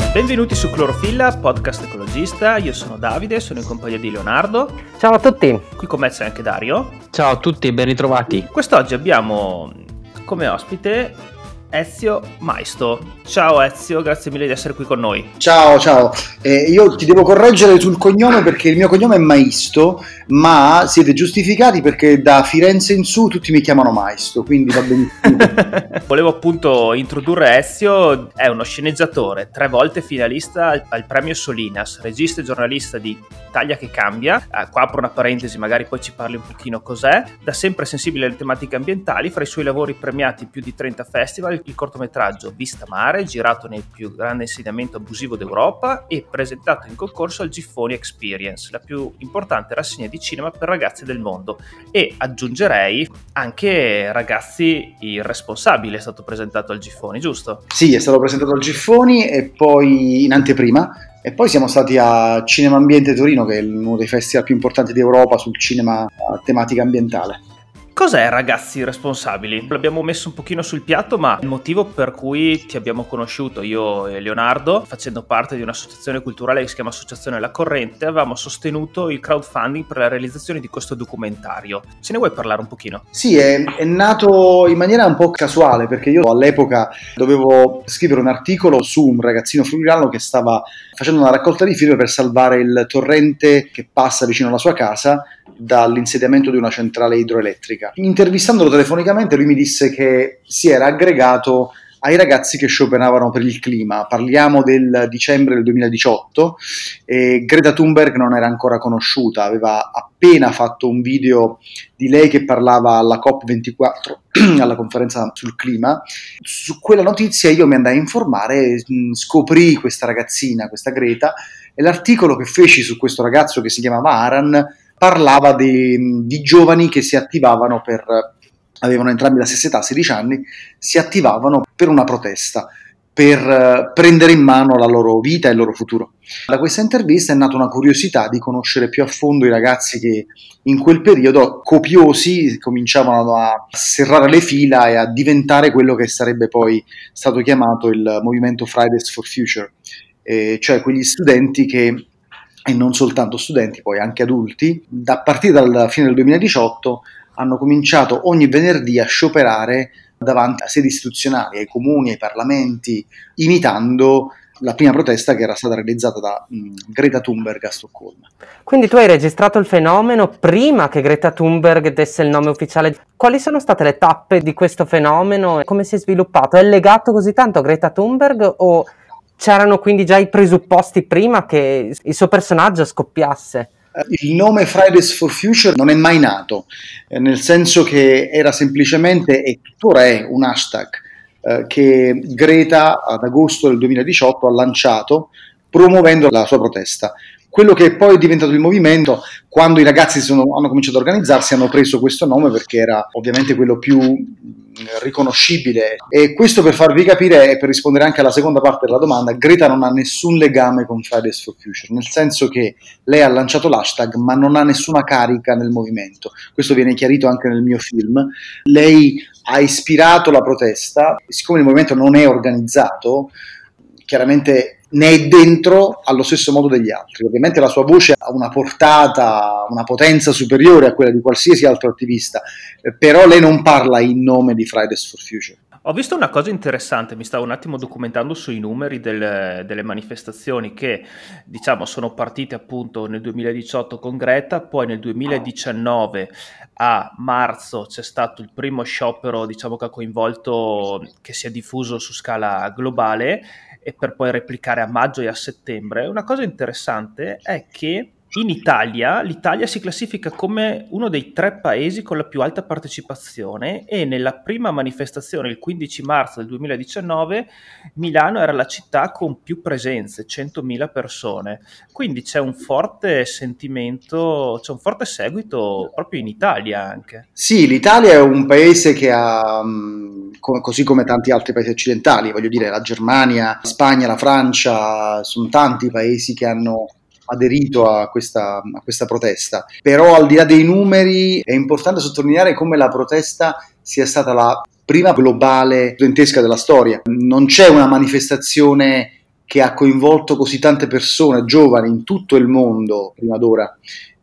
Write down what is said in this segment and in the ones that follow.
Benvenuti su Clorofilla, podcast ecologista. Io sono Davide, sono in compagnia di Leonardo. Ciao a tutti. Qui con me c'è anche Dario. Ciao a tutti, ben ritrovati. Quest'oggi abbiamo come ospite Ezio Maisto. Ciao Ezio, grazie mille di essere qui con noi. Ciao. Io ti devo correggere sul cognome perché il mio cognome è Maisto, ma siete giustificati perché da Firenze in su tutti mi chiamano Maisto, quindi va benissimo. Volevo appunto introdurre Ezio, è uno sceneggiatore, 3 volte finalista al premio Solinas, regista e giornalista di Italia che cambia. Qua apro una parentesi, magari poi ci parli un pochino cos'è. Da sempre sensibile alle tematiche ambientali, fra i suoi lavori premiati più di 30 festival, il cortometraggio Vista Mare, girato nel più grande insediamento abusivo d'Europa e presentato in concorso al Giffoni Experience, la più importante rassegna di cinema per ragazzi del mondo. E aggiungerei anche Ragazzi Irresponsabili è stato presentato al Giffoni, giusto? Sì, è stato presentato al Giffoni e poi in anteprima, e poi siamo stati a Cinema Ambiente Torino, che è uno dei festival più importanti d'Europa sul cinema a tematica ambientale. Cos'è Ragazzi Responsabili? L'abbiamo messo un pochino sul piatto, ma il motivo per cui ti abbiamo conosciuto io e Leonardo, facendo parte di un'associazione culturale che si chiama Associazione La Corrente, avevamo sostenuto il crowdfunding per la realizzazione di questo documentario. Ce ne vuoi parlare un pochino? Sì, è nato in maniera un po' casuale, perché io all'epoca dovevo scrivere un articolo su un ragazzino friulano che stava facendo una raccolta di firme per salvare il torrente che passa vicino alla sua casa dall'insediamento di una centrale idroelettrica. Intervistandolo telefonicamente, lui mi disse che si era aggregato ai ragazzi che scioperavano per il clima. Parliamo del dicembre del 2018 e Greta Thunberg non era ancora conosciuta, aveva appena fatto un video di lei che parlava alla COP24, alla conferenza sul clima. Su quella notizia io mi andai a informare, scoprì questa ragazzina, questa Greta, e l'articolo che feci su questo ragazzo che si chiamava Aran parlava di giovani che si attivavano avevano entrambi la stessa età, 16 anni, si attivavano per una protesta, per prendere in mano la loro vita e il loro futuro. Da questa intervista è nata una curiosità di conoscere più a fondo i ragazzi che in quel periodo, copiosi, cominciavano a serrare le fila e a diventare quello che sarebbe poi stato chiamato il movimento Fridays for Future, cioè quegli studenti che, e non soltanto studenti, poi anche adulti, a partire dalla fine del 2018 hanno cominciato ogni venerdì a scioperare davanti a sedi istituzionali, ai comuni, ai parlamenti, imitando la prima protesta che era stata realizzata da Greta Thunberg a Stoccolma. Quindi tu hai registrato il fenomeno prima che Greta Thunberg desse il nome ufficiale. Quali sono state le tappe di questo fenomeno? Come si è sviluppato? È legato così tanto a Greta Thunberg o c'erano quindi già i presupposti prima che il suo personaggio scoppiasse? Il nome Fridays for Future non è mai nato, nel senso che era semplicemente, e tuttora è, un hashtag che Greta ad agosto del 2018 ha lanciato promuovendo la sua protesta. Quello che poi è diventato il movimento, quando i ragazzi hanno cominciato a organizzarsi, hanno preso questo nome perché era ovviamente quello più riconoscibile. E questo per farvi capire e per rispondere anche alla seconda parte della domanda, Greta non ha nessun legame con Fridays for Future, nel senso che lei ha lanciato l'hashtag ma non ha nessuna carica nel movimento. Questo viene chiarito anche nel mio film. Lei ha ispirato la protesta, siccome il movimento non è organizzato, chiaramente ne è dentro allo stesso modo degli altri. Ovviamente la sua voce ha una portata, una potenza superiore a quella di qualsiasi altro attivista, però lei non parla in nome di Fridays for Future. Ho visto una cosa interessante, mi stavo un attimo documentando sui numeri delle manifestazioni che, diciamo, sono partite appunto nel 2018 con Greta, poi nel 2019 a marzo c'è stato il primo sciopero, diciamo, che ha coinvolto, che si è diffuso su scala globale, e per poi replicare a maggio e a settembre. Una cosa interessante è che in Italia, l'Italia si classifica come uno dei 3 paesi con la più alta partecipazione e nella prima manifestazione, il 15 marzo del 2019, Milano era la città con più presenze, 100.000 persone. Quindi c'è un forte sentimento, c'è un forte seguito proprio in Italia anche. Sì, l'Italia è un paese che ha, così come tanti altri paesi occidentali, voglio dire, la Germania, la Spagna, la Francia, sono tanti i paesi che hanno aderito a questa protesta. Però al di là dei numeri è importante sottolineare come la protesta sia stata la prima globale studentesca della storia. Non c'è una manifestazione che ha coinvolto così tante persone giovani in tutto il mondo prima d'ora.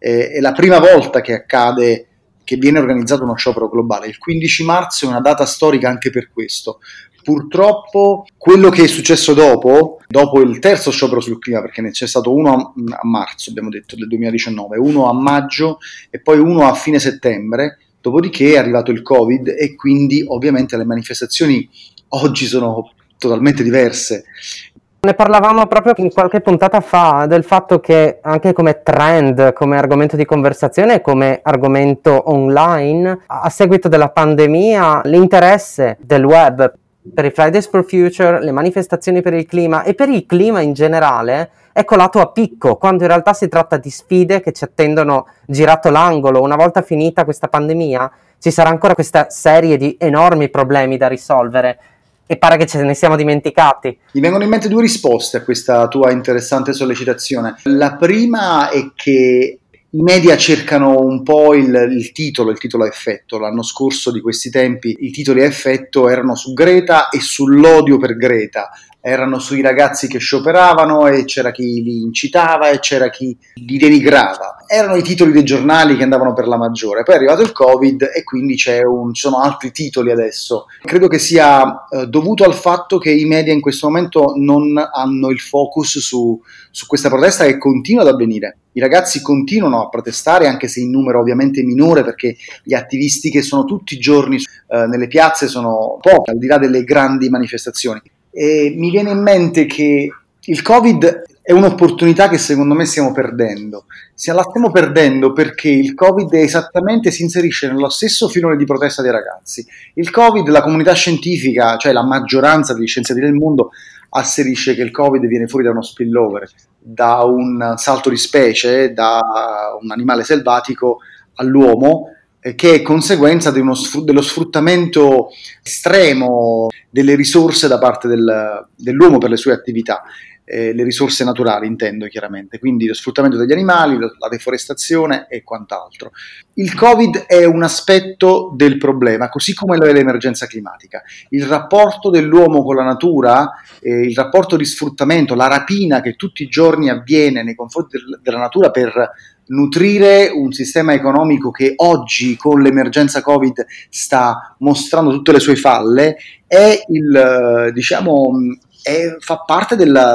È la prima volta che accade che viene organizzato uno sciopero globale. Il 15 marzo è una data storica anche per questo. Purtroppo quello che è successo dopo il terzo sciopero sul clima, perché ne c'è stato uno a marzo, abbiamo detto, del 2019, uno a maggio e poi uno a fine settembre, dopodiché è arrivato il Covid e quindi ovviamente le manifestazioni oggi sono totalmente diverse. Ne parlavamo proprio qualche puntata fa del fatto che anche come trend, come argomento di conversazione, come argomento online, a seguito della pandemia, l'interesse del web per i Fridays for Future, le manifestazioni per il clima e per il clima in generale è colato a picco, quando in realtà si tratta di sfide che ci attendono girato l'angolo. Una volta finita questa pandemia ci sarà ancora questa serie di enormi problemi da risolvere. E pare che ce ne siamo dimenticati. Mi vengono in mente due risposte a questa tua interessante sollecitazione. La prima è che i media cercano un po' il titolo a effetto. L'anno scorso di questi tempi i titoli a effetto erano su Greta e sull'odio per Greta, erano sui ragazzi che scioperavano e c'era chi li incitava e c'era chi li denigrava. Erano i titoli dei giornali che andavano per la maggiore. Poi è arrivato il Covid e quindi ci sono altri titoli adesso. Credo che sia dovuto al fatto che i media in questo momento non hanno il focus su questa protesta che continua ad avvenire. I ragazzi continuano a protestare, anche se in numero ovviamente minore, perché gli attivisti che sono tutti i giorni nelle piazze sono pochi, al di là delle grandi manifestazioni. E mi viene in mente che il Covid è un'opportunità che secondo me stiamo perdendo. La stiamo perdendo perché il Covid si inserisce nello stesso filone di protesta dei ragazzi. Il Covid, la comunità scientifica, cioè la maggioranza degli scienziati del mondo, asserisce che il Covid viene fuori da uno spillover, da un salto di specie, da un animale selvatico all'uomo, che è conseguenza dello sfruttamento estremo delle risorse da parte dell'uomo per le sue attività, le risorse naturali intendo chiaramente, quindi lo sfruttamento degli animali, la deforestazione e quant'altro. Il Covid è un aspetto del problema, così come lo è l'emergenza climatica. Il rapporto dell'uomo con la natura, il rapporto di sfruttamento, la rapina che tutti i giorni avviene nei confronti della natura per nutrire un sistema economico che oggi con l'emergenza Covid sta mostrando tutte le sue falle, fa parte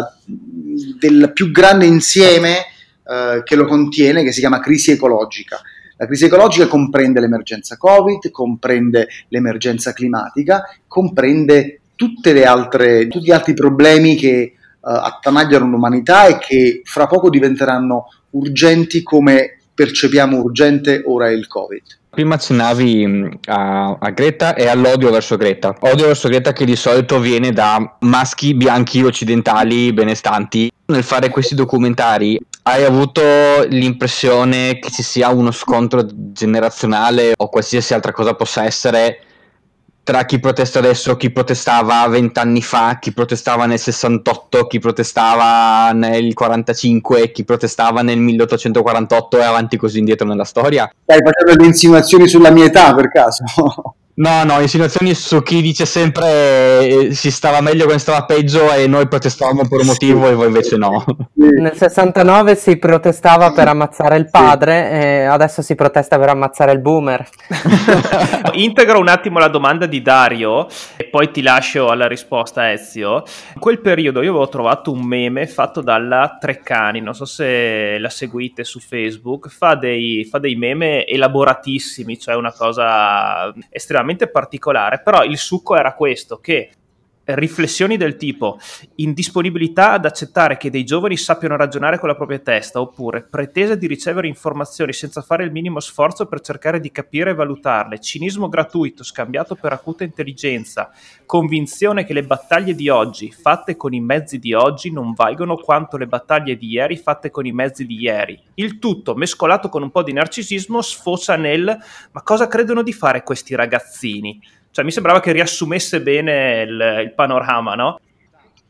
del più grande insieme che lo contiene, che si chiama crisi ecologica. La crisi ecologica comprende l'emergenza Covid, comprende l'emergenza climatica, comprende tutti gli altri problemi che attanagliano l'umanità e che fra poco diventeranno urgenti come percepiamo urgente ora il Covid. Prima accennavi a Greta e all'odio verso Greta. Odio verso Greta che di solito viene da maschi bianchi occidentali benestanti. Nel fare questi documentari hai avuto l'impressione che ci sia uno scontro generazionale o qualsiasi altra cosa possa essere tra chi protesta adesso, chi protestava 20 anni fa, chi protestava nel 68, chi protestava nel 45, chi protestava nel 1848 e avanti così indietro nella storia? Stai facendo delle insinuazioni sulla mia età per caso? No, insinuazioni su chi dice sempre si stava meglio quando stava peggio e noi protestavamo per un motivo e voi invece no. Nel 69 si protestava per ammazzare il padre e adesso si protesta per ammazzare il boomer. Integro un attimo la domanda di Dario e poi ti lascio alla risposta, Ezio. In quel periodo io avevo trovato un meme fatto dalla Treccani, non so se la seguite su Facebook, fa dei meme elaboratissimi, cioè una cosa estremamente particolare, però il succo era questo, che riflessioni del tipo indisponibilità ad accettare che dei giovani sappiano ragionare con la propria testa, oppure pretesa di ricevere informazioni senza fare il minimo sforzo per cercare di capire e valutarle, cinismo gratuito scambiato per acuta intelligenza, convinzione che le battaglie di oggi fatte con i mezzi di oggi non valgono quanto le battaglie di ieri fatte con i mezzi di ieri. Il tutto mescolato con un po' di narcisismo sfocia nel ma cosa credono di fare questi ragazzini? Cioè mi sembrava che riassumesse bene il panorama, no?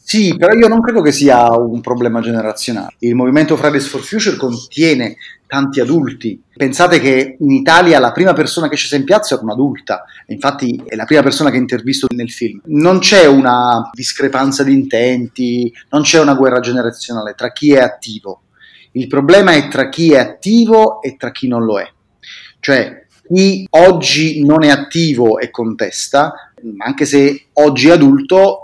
Sì, però io non credo che sia un problema generazionale. Il movimento Fridays for Future contiene tanti adulti. Pensate che in Italia la prima persona che è scesa in piazza era un'adulta, infatti è la prima persona che ho intervisto nel film. Non c'è una discrepanza di intenti, non c'è una guerra generazionale tra chi è attivo. Il problema è tra chi è attivo e tra chi non lo è. Cioè, chi oggi non è attivo e contesta, anche se oggi è adulto,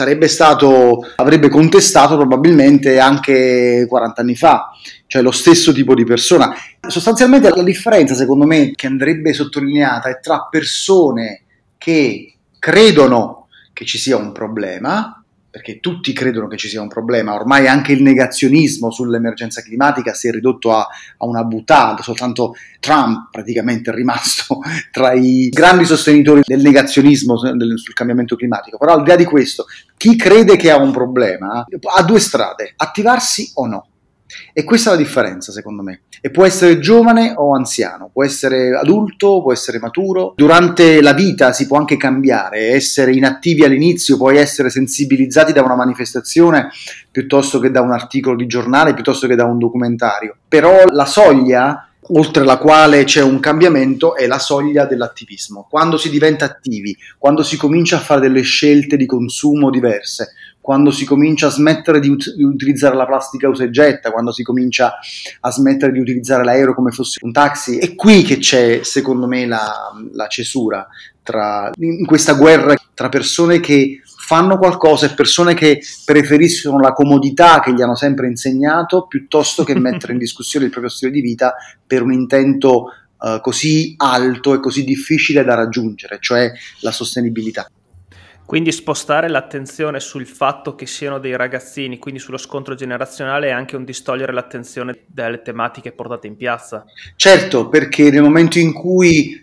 avrebbe contestato probabilmente anche 40 anni fa, cioè lo stesso tipo di persona. Sostanzialmente la differenza, secondo me, che andrebbe sottolineata è tra persone che credono che ci sia un problema, perché tutti credono che ci sia un problema, ormai anche il negazionismo sull'emergenza climatica si è ridotto a una boutade, soltanto Trump praticamente è rimasto tra i grandi sostenitori del negazionismo sul cambiamento climatico. Però al di là di questo, chi crede che ha un problema ha due strade: attivarsi o no. E questa è la differenza, secondo me. E può essere giovane o anziano, può essere adulto, può essere maturo. Durante la vita si può anche cambiare, essere inattivi all'inizio, poi essere sensibilizzati da una manifestazione piuttosto che da un articolo di giornale, piuttosto che da un documentario. Però la soglia oltre la quale c'è un cambiamento è la soglia dell'attivismo. Quando si diventa attivi, quando si comincia a fare delle scelte di consumo diverse, quando si comincia a smettere di utilizzare la plastica usa e getta, quando si comincia a smettere di utilizzare l'aereo come fosse un taxi, è qui che c'è, secondo me, la cesura in questa guerra tra persone che fanno qualcosa e persone che preferiscono la comodità che gli hanno sempre insegnato piuttosto che mettere in discussione il proprio stile di vita per un intento così alto e così difficile da raggiungere, cioè la sostenibilità. Quindi spostare l'attenzione sul fatto che siano dei ragazzini, quindi sullo scontro generazionale, è anche un distogliere l'attenzione dalle tematiche portate in piazza. Certo, perché nel momento in cui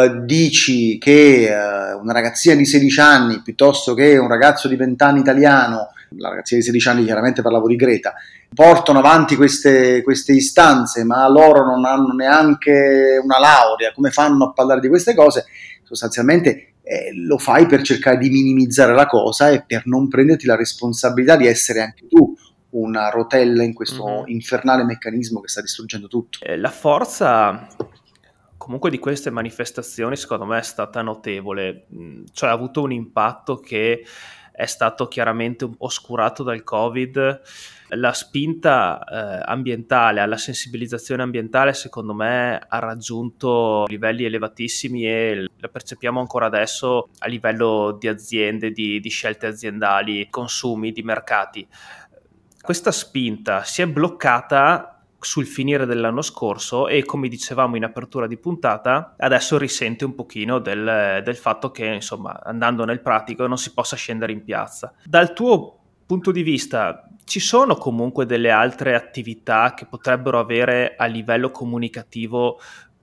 dici che una ragazzina di 16 anni piuttosto che un ragazzo di 20 anni italiano, la ragazzina di 16 anni, chiaramente parlavo di Greta, portano avanti queste istanze, ma loro non hanno neanche una laurea, come fanno a parlare di queste cose? Sostanzialmente lo fai per cercare di minimizzare la cosa e per non prenderti la responsabilità di essere anche tu una rotella in questo infernale meccanismo che sta distruggendo tutto. La forza comunque di queste manifestazioni secondo me è stata notevole, cioè ha avuto un impatto che è stato chiaramente un po' oscurato dal Covid. La spinta ambientale, alla sensibilizzazione ambientale, secondo me ha raggiunto livelli elevatissimi e la percepiamo ancora adesso a livello di aziende, di scelte aziendali, consumi, di mercati. Questa spinta si è bloccata sul finire dell'anno scorso e, come dicevamo in apertura di puntata, adesso risente un pochino del fatto che, insomma, andando nel pratico non si possa scendere in piazza. Dal tuo punto di vista, ci sono comunque delle altre attività che potrebbero avere a livello comunicativo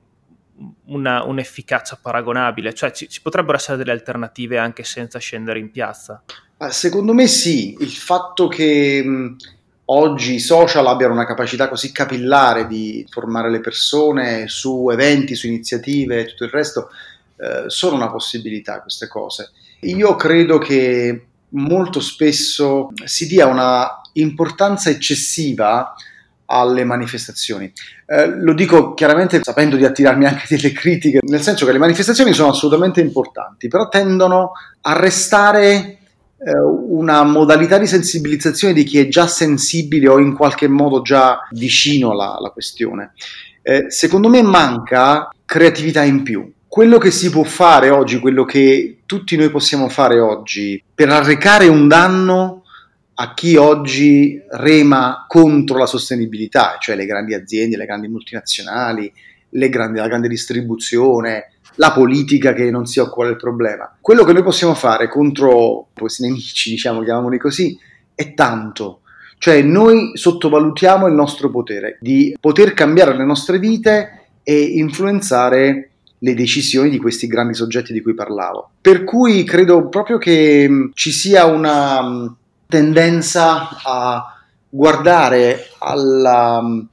un'efficacia paragonabile? Cioè ci potrebbero essere delle alternative anche senza scendere in piazza? Secondo me sì, il fatto che oggi i social abbiano una capacità così capillare di formare le persone su eventi, su iniziative e tutto il resto, sono una possibilità queste cose. Io credo che molto spesso si dia una importanza eccessiva alle manifestazioni. Lo dico chiaramente sapendo di attirarmi anche delle critiche, nel senso che le manifestazioni sono assolutamente importanti, però tendono a restare una modalità di sensibilizzazione di chi è già sensibile o in qualche modo già vicino alla questione. Secondo me manca creatività in più. Quello che si può fare oggi, quello che tutti noi possiamo fare oggi per arrecare un danno a chi oggi rema contro la sostenibilità, cioè le grandi aziende, le grandi multinazionali, la grande distribuzione, la politica che non si occupa del problema. Quello che noi possiamo fare contro questi nemici, diciamo, chiamiamoli così, è tanto. Cioè noi sottovalutiamo il nostro potere di poter cambiare le nostre vite e influenzare le decisioni di questi grandi soggetti di cui parlavo. Per cui credo proprio che ci sia una tendenza a guardare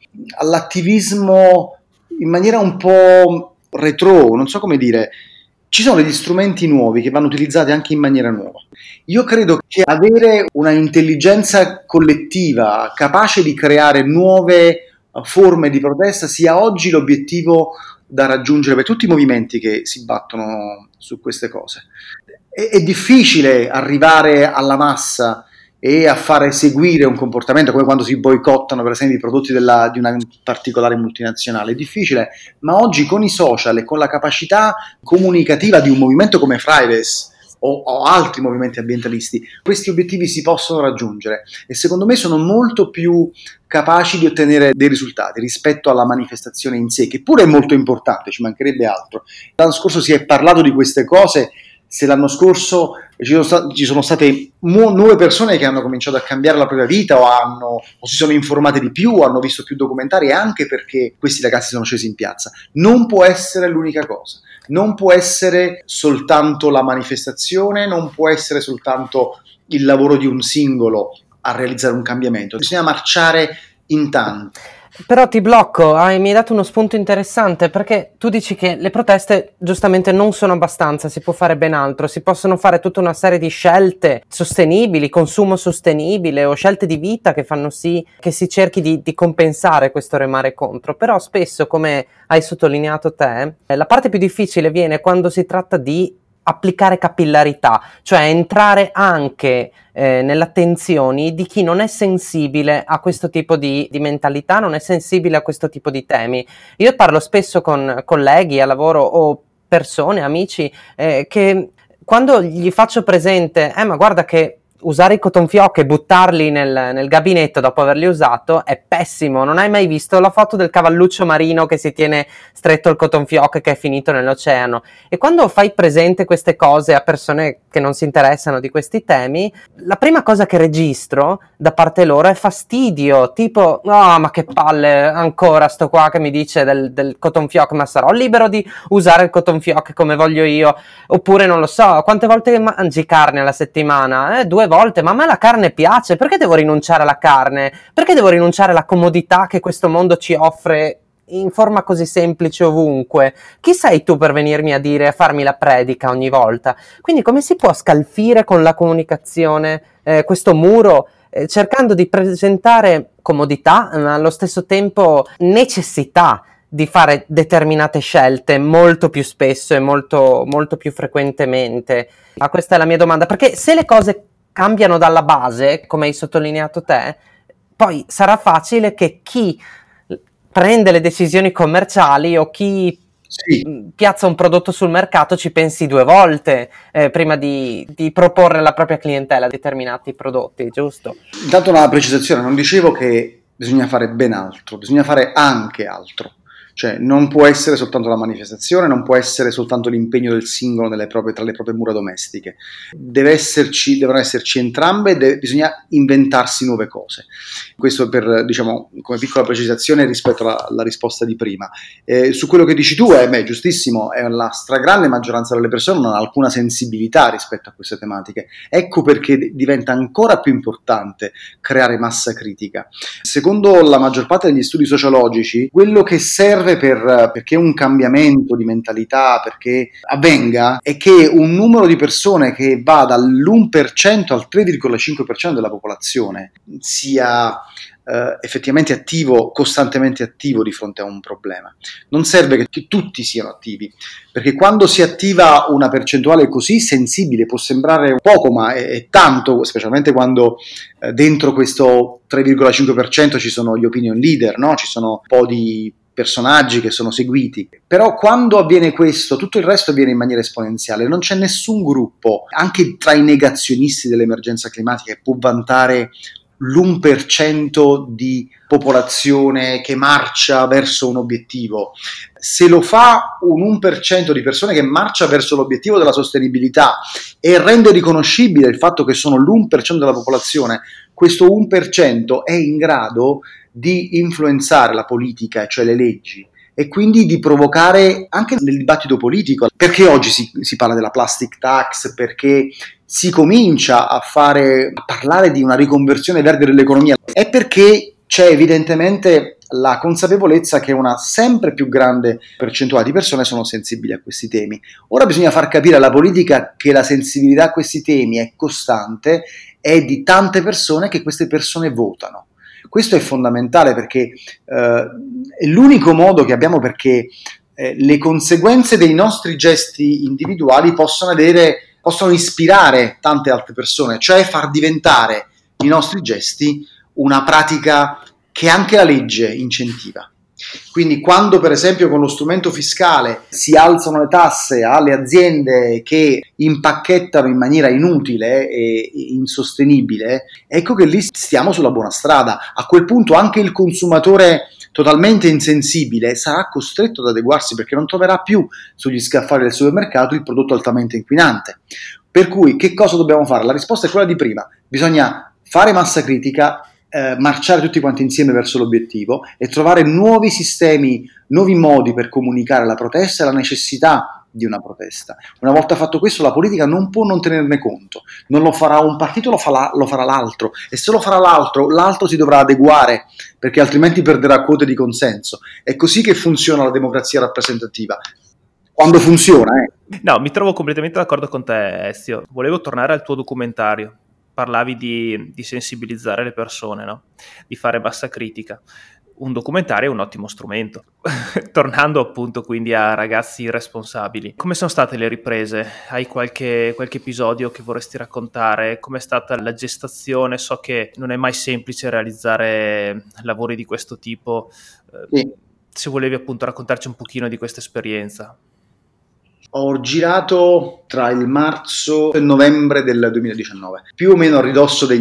all'attivismo in maniera un po' retro, non so come dire. ci sono degli strumenti nuovi che vanno utilizzati anche in maniera nuova. Io credo che avere una intelligenza collettiva capace di creare nuove forme di protesta sia oggi l'obiettivo da raggiungere per tutti i movimenti che si battono su queste cose. È difficile arrivare alla massa e a fare seguire un comportamento come quando si boicottano per esempio i prodotti di una particolare multinazionale. È difficile, ma oggi con i social e con la capacità comunicativa di un movimento come Fridays o altri movimenti ambientalisti, questi obiettivi si possono raggiungere e secondo me sono molto più capaci di ottenere dei risultati rispetto alla manifestazione in sé, che pure è molto importante, ci mancherebbe altro. L'anno scorso si è parlato di queste cose. Se l'anno scorso ci sono state nuove persone che hanno cominciato a cambiare la propria vita o si sono informate di più, o hanno visto più documentari, anche perché questi ragazzi sono scesi in piazza. Non può essere l'unica cosa, non può essere soltanto la manifestazione, non può essere soltanto il lavoro di un singolo a realizzare un cambiamento, bisogna marciare in tanti. Però ti blocco, mi hai dato uno spunto interessante, perché tu dici che le proteste giustamente non sono abbastanza, si può fare ben altro, si possono fare tutta una serie di scelte sostenibili, consumo sostenibile o scelte di vita che fanno sì che si cerchi di compensare questo remare contro, però spesso, come hai sottolineato te, la parte più difficile viene quando si tratta di applicare capillarità, cioè entrare anche nelle attenzioni di chi non è sensibile a questo tipo di mentalità, non è sensibile a questo tipo di temi. Io parlo spesso con colleghi a lavoro o persone, amici, che quando gli faccio presente, ma guarda che usare i cotton fioc e buttarli nel gabinetto dopo averli usato è pessimo. Non hai mai visto la foto del cavalluccio marino che si tiene stretto al cotton fioc che è finito nell'oceano? E quando fai presente queste cose a persone che non si interessano di questi temi, la prima cosa che registro da parte loro è fastidio, tipo ma che palle, ancora sto qua che mi dice del cotton fioc, ma sarò libero di usare il cotton fioc come voglio io? Oppure non lo so, quante volte mangi carne alla settimana? 2 volte, ma a me la carne piace, perché devo rinunciare alla carne? Perché devo rinunciare alla comodità che questo mondo ci offre in forma così semplice ovunque? Chi sei tu per venirmi a dire, a farmi la predica ogni volta? Quindi come si può scalfire con la comunicazione questo muro, cercando di presentare comodità, ma allo stesso tempo necessità di fare determinate scelte molto più spesso e molto, molto più frequentemente? Ma questa è la mia domanda, perché se le cose cambiano dalla base, come hai sottolineato te, poi sarà facile che chi prende le decisioni commerciali o chi piazza un prodotto sul mercato ci pensi 2 volte prima di proporre alla propria clientela determinati prodotti, giusto? Intanto una precisazione, non dicevo che bisogna fare ben altro, bisogna fare anche altro. Cioè non può essere soltanto la manifestazione, non può essere soltanto l'impegno del singolo tra le proprie mura domestiche. Devono esserci entrambe, bisogna inventarsi nuove cose. Questo per, diciamo, come piccola precisazione rispetto alla risposta di prima. Su quello che dici tu, è giustissimo, la stragrande maggioranza delle persone non ha alcuna sensibilità rispetto a queste tematiche. Ecco perché diventa ancora più importante creare massa critica. Secondo la maggior parte degli studi sociologici, quello che serve perché un cambiamento di mentalità, perché avvenga, è che un numero di persone che va dall'1% al 3,5% della popolazione sia effettivamente attivo, costantemente attivo di fronte a un problema. Non serve che tutti siano attivi, perché quando si attiva una percentuale così sensibile può sembrare poco, ma è tanto, specialmente quando dentro questo 3,5% ci sono gli opinion leader, no? Ci sono un po' di personaggi che sono seguiti, però quando avviene questo tutto il resto avviene in maniera esponenziale. Non c'è nessun gruppo, anche tra i negazionisti dell'emergenza climatica, che può vantare l'1% di popolazione che marcia verso un obiettivo. Se lo fa un 1% di persone che marcia verso l'obiettivo della sostenibilità e rende riconoscibile il fatto che sono l'1% della popolazione, questo 1% è in grado di influenzare la politica, cioè le leggi, e quindi di provocare anche nel dibattito politico. Perché oggi si parla della plastic tax? Perché si comincia a parlare di una riconversione verde dell'economia? È perché c'è evidentemente la consapevolezza che una sempre più grande percentuale di persone sono sensibili a questi temi. Ora bisogna far capire alla politica che la sensibilità a questi temi è costante, è di tante persone, che queste persone votano. Questo è fondamentale, perché è l'unico modo che abbiamo perché le conseguenze dei nostri gesti individuali possono ispirare tante altre persone, cioè far diventare i nostri gesti una pratica che anche la legge incentiva. Quindi quando per esempio con lo strumento fiscale si alzano le tasse alle aziende che impacchettano in maniera inutile e insostenibile, ecco che lì stiamo sulla buona strada. A quel punto anche il consumatore totalmente insensibile sarà costretto ad adeguarsi, perché non troverà più sugli scaffali del supermercato il prodotto altamente inquinante. Per cui che cosa dobbiamo fare? La risposta è quella di prima: bisogna fare massa critica, marciare tutti quanti insieme verso l'obiettivo e trovare nuovi sistemi, nuovi modi per comunicare la protesta e la necessità di una protesta. Una volta fatto questo, la politica non può non tenerne conto. Non lo farà un partito, lo farà l'altro, e se lo farà l'altro si dovrà adeguare, perché altrimenti perderà quote di consenso. È così che funziona la democrazia rappresentativa. Quando funziona, No, mi trovo completamente d'accordo con te, Ezio. Volevo tornare al tuo documentario. Parlavi di sensibilizzare le persone, no? Di fare massa critica. Un documentario è un ottimo strumento. Tornando appunto quindi a Ragazzi Irresponsabili, come sono state le riprese? Hai qualche episodio che vorresti raccontare? Com'è stata la gestazione? So che non è mai semplice realizzare lavori di questo tipo. sì. Se volevi appunto raccontarci un pochino di questa esperienza. Ho girato tra il marzo e il novembre del 2019, più o meno a ridosso dei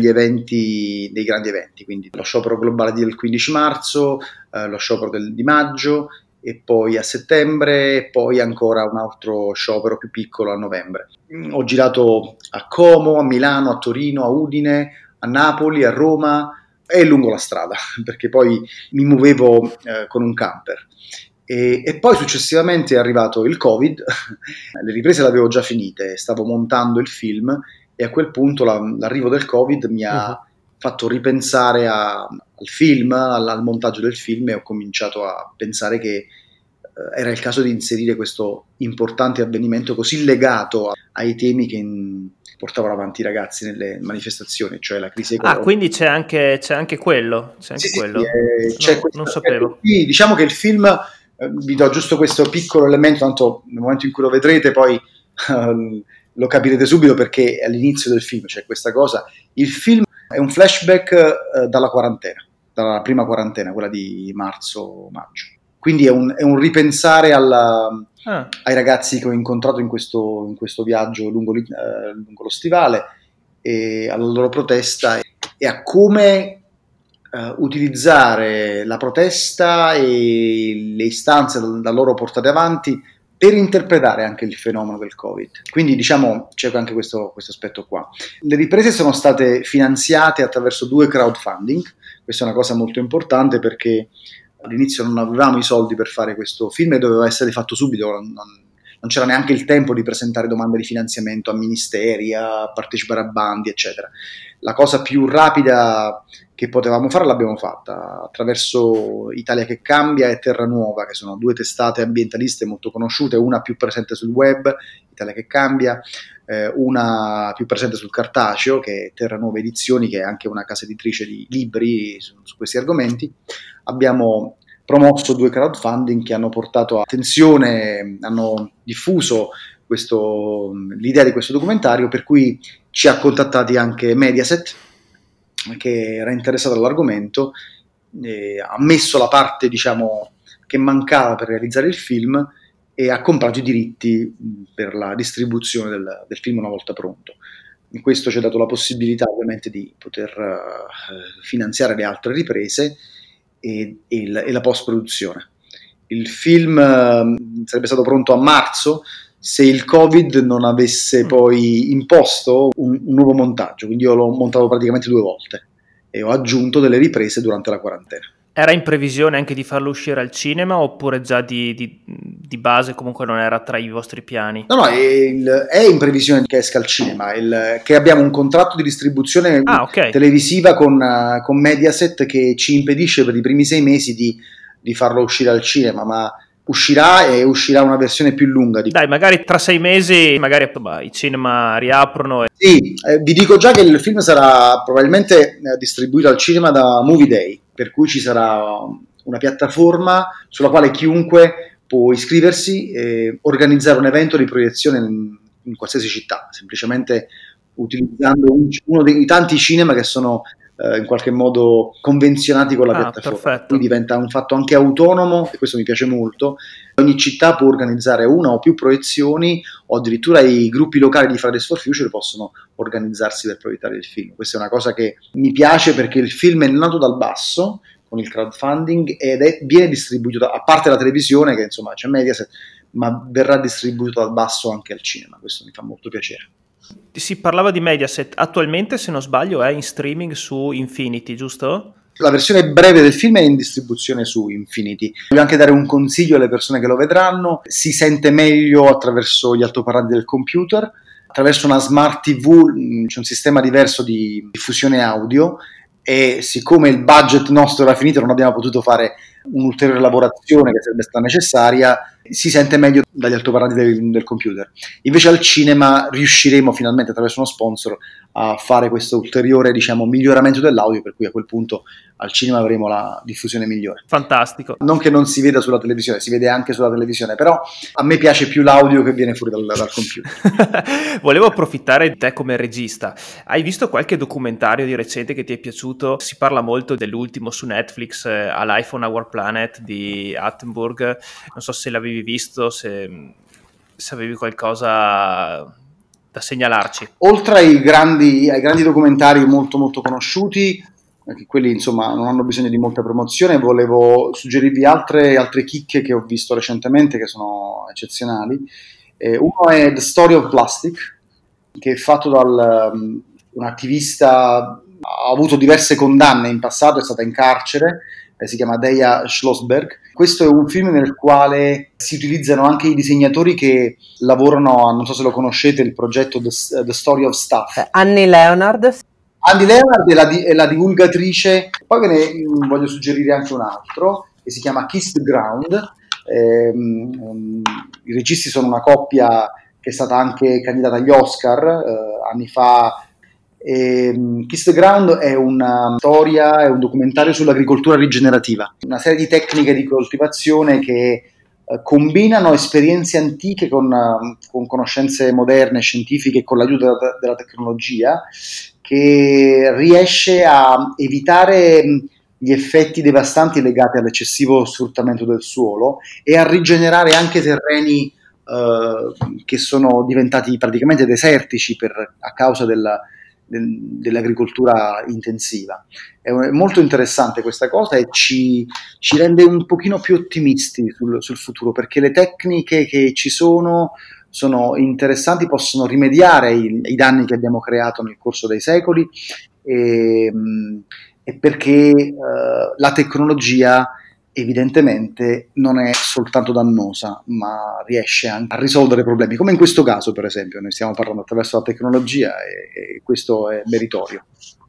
grandi eventi, quindi lo sciopero globale del 15 marzo, lo sciopero di maggio, e poi a settembre, e poi ancora un altro sciopero più piccolo a novembre. Ho girato a Como, a Milano, a Torino, a Udine, a Napoli, a Roma e lungo la strada, perché poi mi muovevo con un camper. E poi successivamente è arrivato il Covid, le riprese le avevo già finite, stavo montando il film, e a quel punto l'arrivo del Covid mi ha fatto ripensare al film, al montaggio del film, e ho cominciato a pensare che era il caso di inserire questo importante avvenimento così legato ai temi che portavano avanti i ragazzi nelle manifestazioni, cioè la crisi economica. Ah, quindi c'è anche quello? Sì, quello? c'è Non sapevo. diciamo che il film, vi do giusto questo piccolo elemento, tanto nel momento in cui lo vedrete poi lo capirete subito, perché all'inizio del film c'è questa cosa. Il film è un flashback dalla quarantena, dalla prima quarantena, quella di marzo-maggio. Quindi è un ripensare ai ragazzi che ho incontrato in questo viaggio lungo lo stivale, e alla loro protesta, e a come utilizzare la protesta e le istanze da loro portate avanti per interpretare anche il fenomeno del Covid. Quindi diciamo c'è anche questo aspetto qua. Le riprese sono state finanziate attraverso 2 crowdfunding. Questa è una cosa molto importante, perché all'inizio non avevamo i soldi per fare questo film e doveva essere fatto subito, non c'era neanche il tempo di presentare domande di finanziamento a ministeri, a partecipare a bandi, eccetera. La cosa più rapida che potevamo fare l'abbiamo fatta attraverso Italia che Cambia e Terra Nuova, che sono 2 testate ambientaliste molto conosciute, una più presente sul web, Italia che Cambia, una più presente sul cartaceo, che è Terra Nuova Edizioni, che è anche una casa editrice di libri su questi argomenti. Abbiamo promosso 2 crowdfunding che hanno portato attenzione, hanno diffuso l'idea di questo documentario, per cui ci ha contattati anche Mediaset, che era interessato all'argomento, ha messo la parte, diciamo, che mancava per realizzare il film, e ha comprato i diritti per la distribuzione del film una volta pronto. In questo ci ha dato la possibilità ovviamente di poter finanziare le altre riprese e la post-produzione. Il film sarebbe stato pronto a marzo se il Covid non avesse poi imposto un nuovo montaggio, quindi io l'ho montato praticamente 2 volte e ho aggiunto delle riprese durante la quarantena. Era in previsione anche di farlo uscire al cinema oppure già di base comunque non era tra i vostri piani? No, è in previsione che esca al cinema, che abbiamo un contratto di distribuzione Ok. televisiva con Mediaset che ci impedisce per i primi 6 mesi di farlo uscire al cinema, ma uscirà una versione più lunga. Dai, magari tra 6 mesi magari i cinema riaprono. Sì, vi dico già che il film sarà probabilmente distribuito al cinema da Movie Day, per cui ci sarà una piattaforma sulla quale chiunque può iscriversi e organizzare un evento di proiezione in qualsiasi città, semplicemente utilizzando uno dei tanti cinema che sono in qualche modo convenzionati con la piattaforma. Perfetto. Quindi diventa un fatto anche autonomo e questo mi piace molto. Ogni città può organizzare una o più proiezioni o addirittura i gruppi locali di Fridays for Future possono organizzarsi per proiettare il film. Questa è una cosa che mi piace perché il film è nato dal basso con il crowdfunding ed viene distribuito, a parte la televisione che insomma c'è Mediaset, ma verrà distribuito dal basso anche al cinema. Questo mi fa molto piacere. Si parlava di Mediaset, attualmente se non sbaglio è in streaming su Infinity, giusto? La versione breve del film è in distribuzione su Infinity. Voglio anche dare un consiglio alle persone che lo vedranno: si sente meglio attraverso gli altoparlanti del computer, attraverso una smart TV, c'è un sistema diverso di diffusione audio e siccome il budget nostro era finito non abbiamo potuto fare un'ulteriore lavorazione che sarebbe stata necessaria, si sente meglio dagli altoparlanti del computer. Invece al cinema riusciremo finalmente attraverso uno sponsor a fare questo ulteriore, diciamo, miglioramento dell'audio, per cui a quel punto al cinema avremo la diffusione migliore. Fantastico. Non che non si veda sulla televisione, si vede anche sulla televisione, però a me piace più l'audio che viene fuori dal computer. Volevo approfittare di te come regista. Hai visto qualche documentario di recente che ti è piaciuto? Si parla molto dell'ultimo su Netflix, A Life on Our Planet di Attenborough. Non so se l'avevi visto, se avevi qualcosa da segnalarci. Oltre ai grandi documentari molto molto conosciuti, che quelli insomma non hanno bisogno di molta promozione, volevo suggerirvi altre chicche che ho visto recentemente che sono eccezionali. Uno è The Story of Plastic, che è fatto da un attivista, ha avuto diverse condanne in passato, è stata in carcere, si chiama Deja Schlossberg. Questo è un film nel quale si utilizzano anche i disegnatori che lavorano, non so se lo conoscete, il progetto The Story of Stuff. Annie Leonard è la divulgatrice. Poi ve ne voglio suggerire anche un altro che si chiama Kiss the Ground. I registi sono una coppia che è stata anche candidata agli Oscar anni fa. Kiss the Ground è una storia, è un documentario sull'agricoltura rigenerativa, una serie di tecniche di coltivazione che combinano esperienze antiche con conoscenze moderne, scientifiche e con l'aiuto della tecnologia, che riesce a evitare gli effetti devastanti legati all'eccessivo sfruttamento del suolo e a rigenerare anche terreni che sono diventati praticamente desertici a causa dell'agricoltura intensiva. È molto interessante questa cosa e ci rende un pochino più ottimisti sul futuro, perché le tecniche che ci sono interessanti, possono rimediare ai danni che abbiamo creato nel corso dei secoli e perché la tecnologia evidentemente non è soltanto dannosa, ma riesce anche a risolvere problemi, come in questo caso per esempio. Noi stiamo parlando attraverso la tecnologia e questo è meritorio.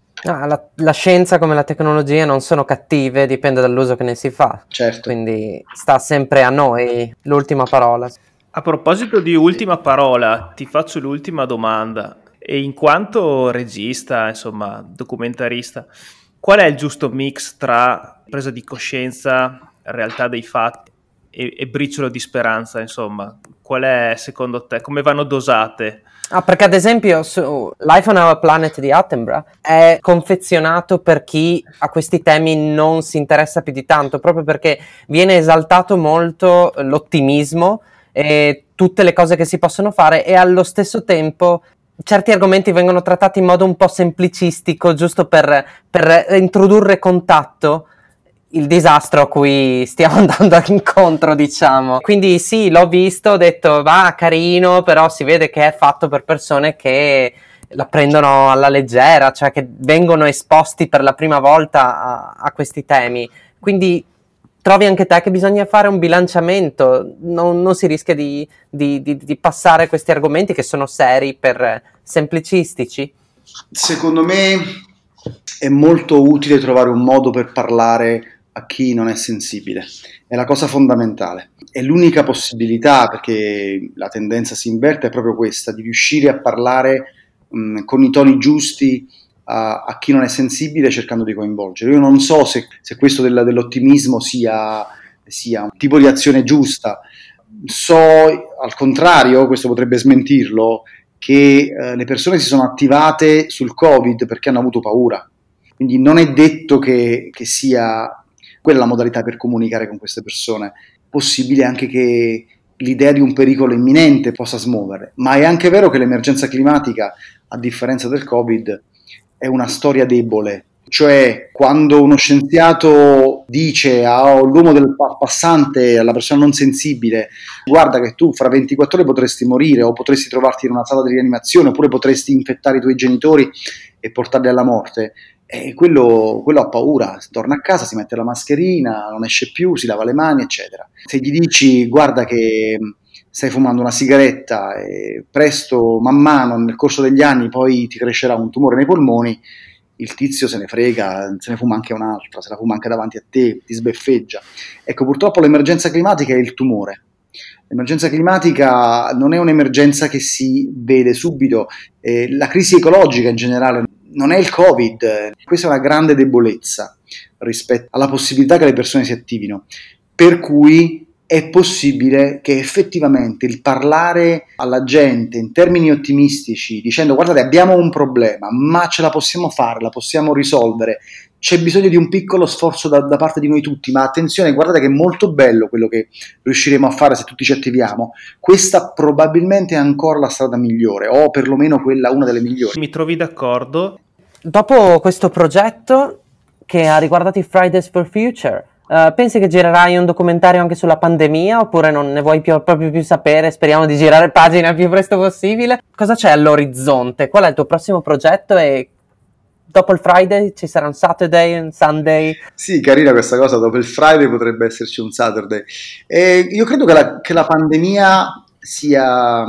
La scienza come la tecnologia non sono cattive, dipende dall'uso che ne si fa. Certo. Quindi sta sempre a noi l'ultima parola. A proposito di ultima parola, ti faccio l'ultima domanda. E in quanto regista, insomma, documentarista, qual è il giusto mix tra presa di coscienza, realtà dei fatti e briciolo di speranza, insomma? Qual è secondo te? Come vanno dosate? Perché ad esempio su Life on Our Planet di Attenborough è confezionato per chi a questi temi non si interessa più di tanto, proprio perché viene esaltato molto l'ottimismo e tutte le cose che si possono fare, e allo stesso tempo certi argomenti vengono trattati in modo un po' semplicistico, giusto per introdurre contatto il disastro a cui stiamo andando incontro, diciamo. Quindi sì, l'ho visto, ho detto va, carino, però si vede che è fatto per persone che la prendono alla leggera, cioè che vengono esposti per la prima volta a questi temi. Quindi trovi anche te che bisogna fare un bilanciamento, non si rischia di passare questi argomenti che sono seri per semplicistici? Secondo me è molto utile trovare un modo per parlare a chi non è sensibile, è la cosa fondamentale, è l'unica possibilità, perché la tendenza si inverte, è proprio questa, di riuscire a parlare con i toni giusti a chi non è sensibile, cercando di coinvolgere. Io non so se questo dell'ottimismo sia un tipo di azione giusta, so al contrario, questo potrebbe smentirlo, che le persone si sono attivate sul Covid perché hanno avuto paura, quindi non è detto che sia quella la modalità per comunicare con queste persone. È possibile anche che l'idea di un pericolo imminente possa smuovere, ma è anche vero che l'emergenza climatica, a differenza del Covid, è una storia debole. Cioè, quando uno scienziato dice all'uomo del passante, alla persona non sensibile, guarda che tu fra 24 ore potresti morire, o potresti trovarti in una sala di rianimazione, oppure potresti infettare i tuoi genitori e portarli alla morte, quello ha paura, torna a casa, si mette la mascherina, non esce più, si lava le mani, eccetera. Se gli dici guarda che stai fumando una sigaretta e presto, man mano, nel corso degli anni, poi ti crescerà un tumore nei polmoni, il tizio se ne frega, se ne fuma anche un'altra, se la fuma anche davanti a te, ti sbeffeggia. Ecco, purtroppo l'emergenza climatica è il tumore. L'emergenza climatica non è un'emergenza che si vede subito, la crisi ecologica in generale non è il Covid, questa è una grande debolezza rispetto alla possibilità che le persone si attivino, per cui è possibile che effettivamente il parlare alla gente in termini ottimistici, dicendo guardate abbiamo un problema, ma ce la possiamo fare, la possiamo risolvere, c'è bisogno di un piccolo sforzo da parte di noi tutti, ma attenzione, guardate che è molto bello quello che riusciremo a fare se tutti ci attiviamo, questa probabilmente è ancora la strada migliore, o perlomeno quella una delle migliori. Mi trovi d'accordo? Dopo questo progetto che ha riguardato i Fridays for Future, pensi che girerai un documentario anche sulla pandemia, oppure non ne vuoi proprio più sapere? Speriamo di girare pagina il più presto possibile. Cosa c'è all'orizzonte? Qual è il tuo prossimo progetto? E dopo il Friday ci sarà un Saturday, un Sunday? Sì, carina questa cosa, dopo il Friday potrebbe esserci un Saturday. Io credo che la pandemia sia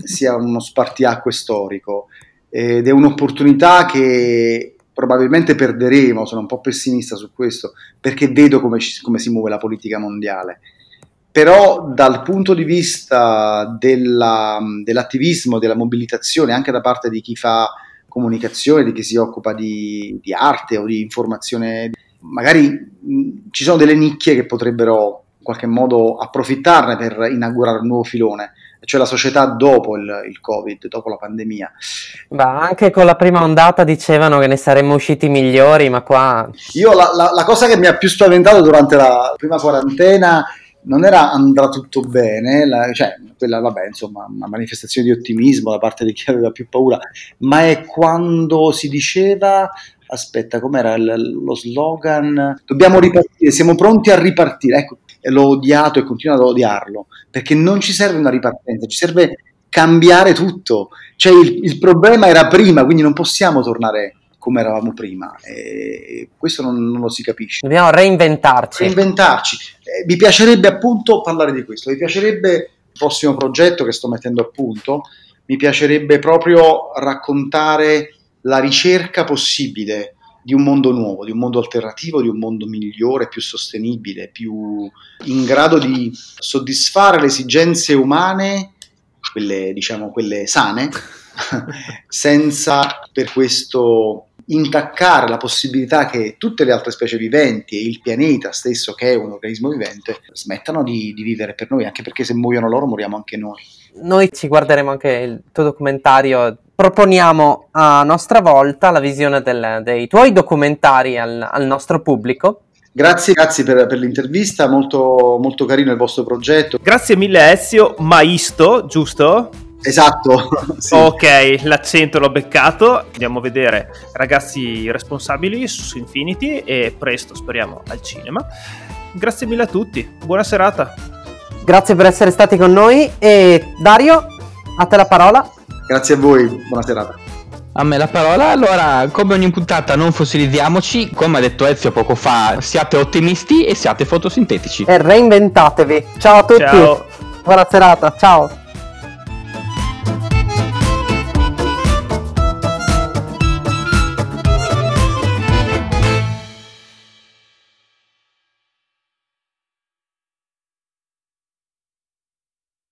uno spartiacque storico, ed è un'opportunità che probabilmente perderemo, sono un po' pessimista su questo, perché vedo come si muove la politica mondiale. Però dal punto di vista dell'attivismo, della mobilitazione, anche da parte di chi fa comunicazione, di chi si occupa di arte o di informazione, magari ci sono delle nicchie che potrebbero in qualche modo approfittarne per inaugurare un nuovo filone, cioè la società dopo il Covid, dopo la pandemia. Ma anche con la prima ondata dicevano che ne saremmo usciti migliori, ma qua... Io la cosa che mi ha più spaventato durante la prima quarantena non era andrà tutto bene, cioè quella vabbè insomma una manifestazione di ottimismo da parte di chi aveva più paura, ma è quando si diceva, aspetta com'era lo slogan, dobbiamo ripartire, siamo pronti a ripartire, ecco, l'ho odiato e continuo ad odiarlo, perché non ci serve una ripartenza, ci serve cambiare tutto, cioè il problema era prima, quindi non possiamo tornare come eravamo prima, e questo non lo si capisce. Dobbiamo reinventarci. Mi piacerebbe appunto parlare di questo, mi piacerebbe il prossimo progetto che sto mettendo a punto, mi piacerebbe proprio raccontare la ricerca possibile di un mondo nuovo, di un mondo alternativo, di un mondo migliore, più sostenibile, più in grado di soddisfare le esigenze umane, quelle sane, senza per questo intaccare la possibilità che tutte le altre specie viventi e il pianeta stesso, che è un organismo vivente, smettano di vivere per noi, anche perché se muoiono loro moriamo anche noi. Noi ci guarderemo anche il tuo documentario, proponiamo a nostra volta la visione dei tuoi documentari al nostro pubblico. Grazie per l'intervista, molto, molto carino il vostro progetto. Grazie mille Ezio, Maisto, giusto? Esatto. Sì. Ok, l'accento l'ho beccato. Andiamo a vedere Ragazzi Responsabili su Infinity e presto speriamo al cinema. Grazie mille a tutti, buona serata. Grazie per essere stati con noi e Dario, a te la parola. Grazie a voi, buona serata. A me la parola. Allora, come ogni puntata, non fossilizziamoci. Come ha detto Ezio poco fa, siate ottimisti e siate fotosintetici. E reinventatevi. Ciao a tutti. Ciao. Buona serata. Ciao.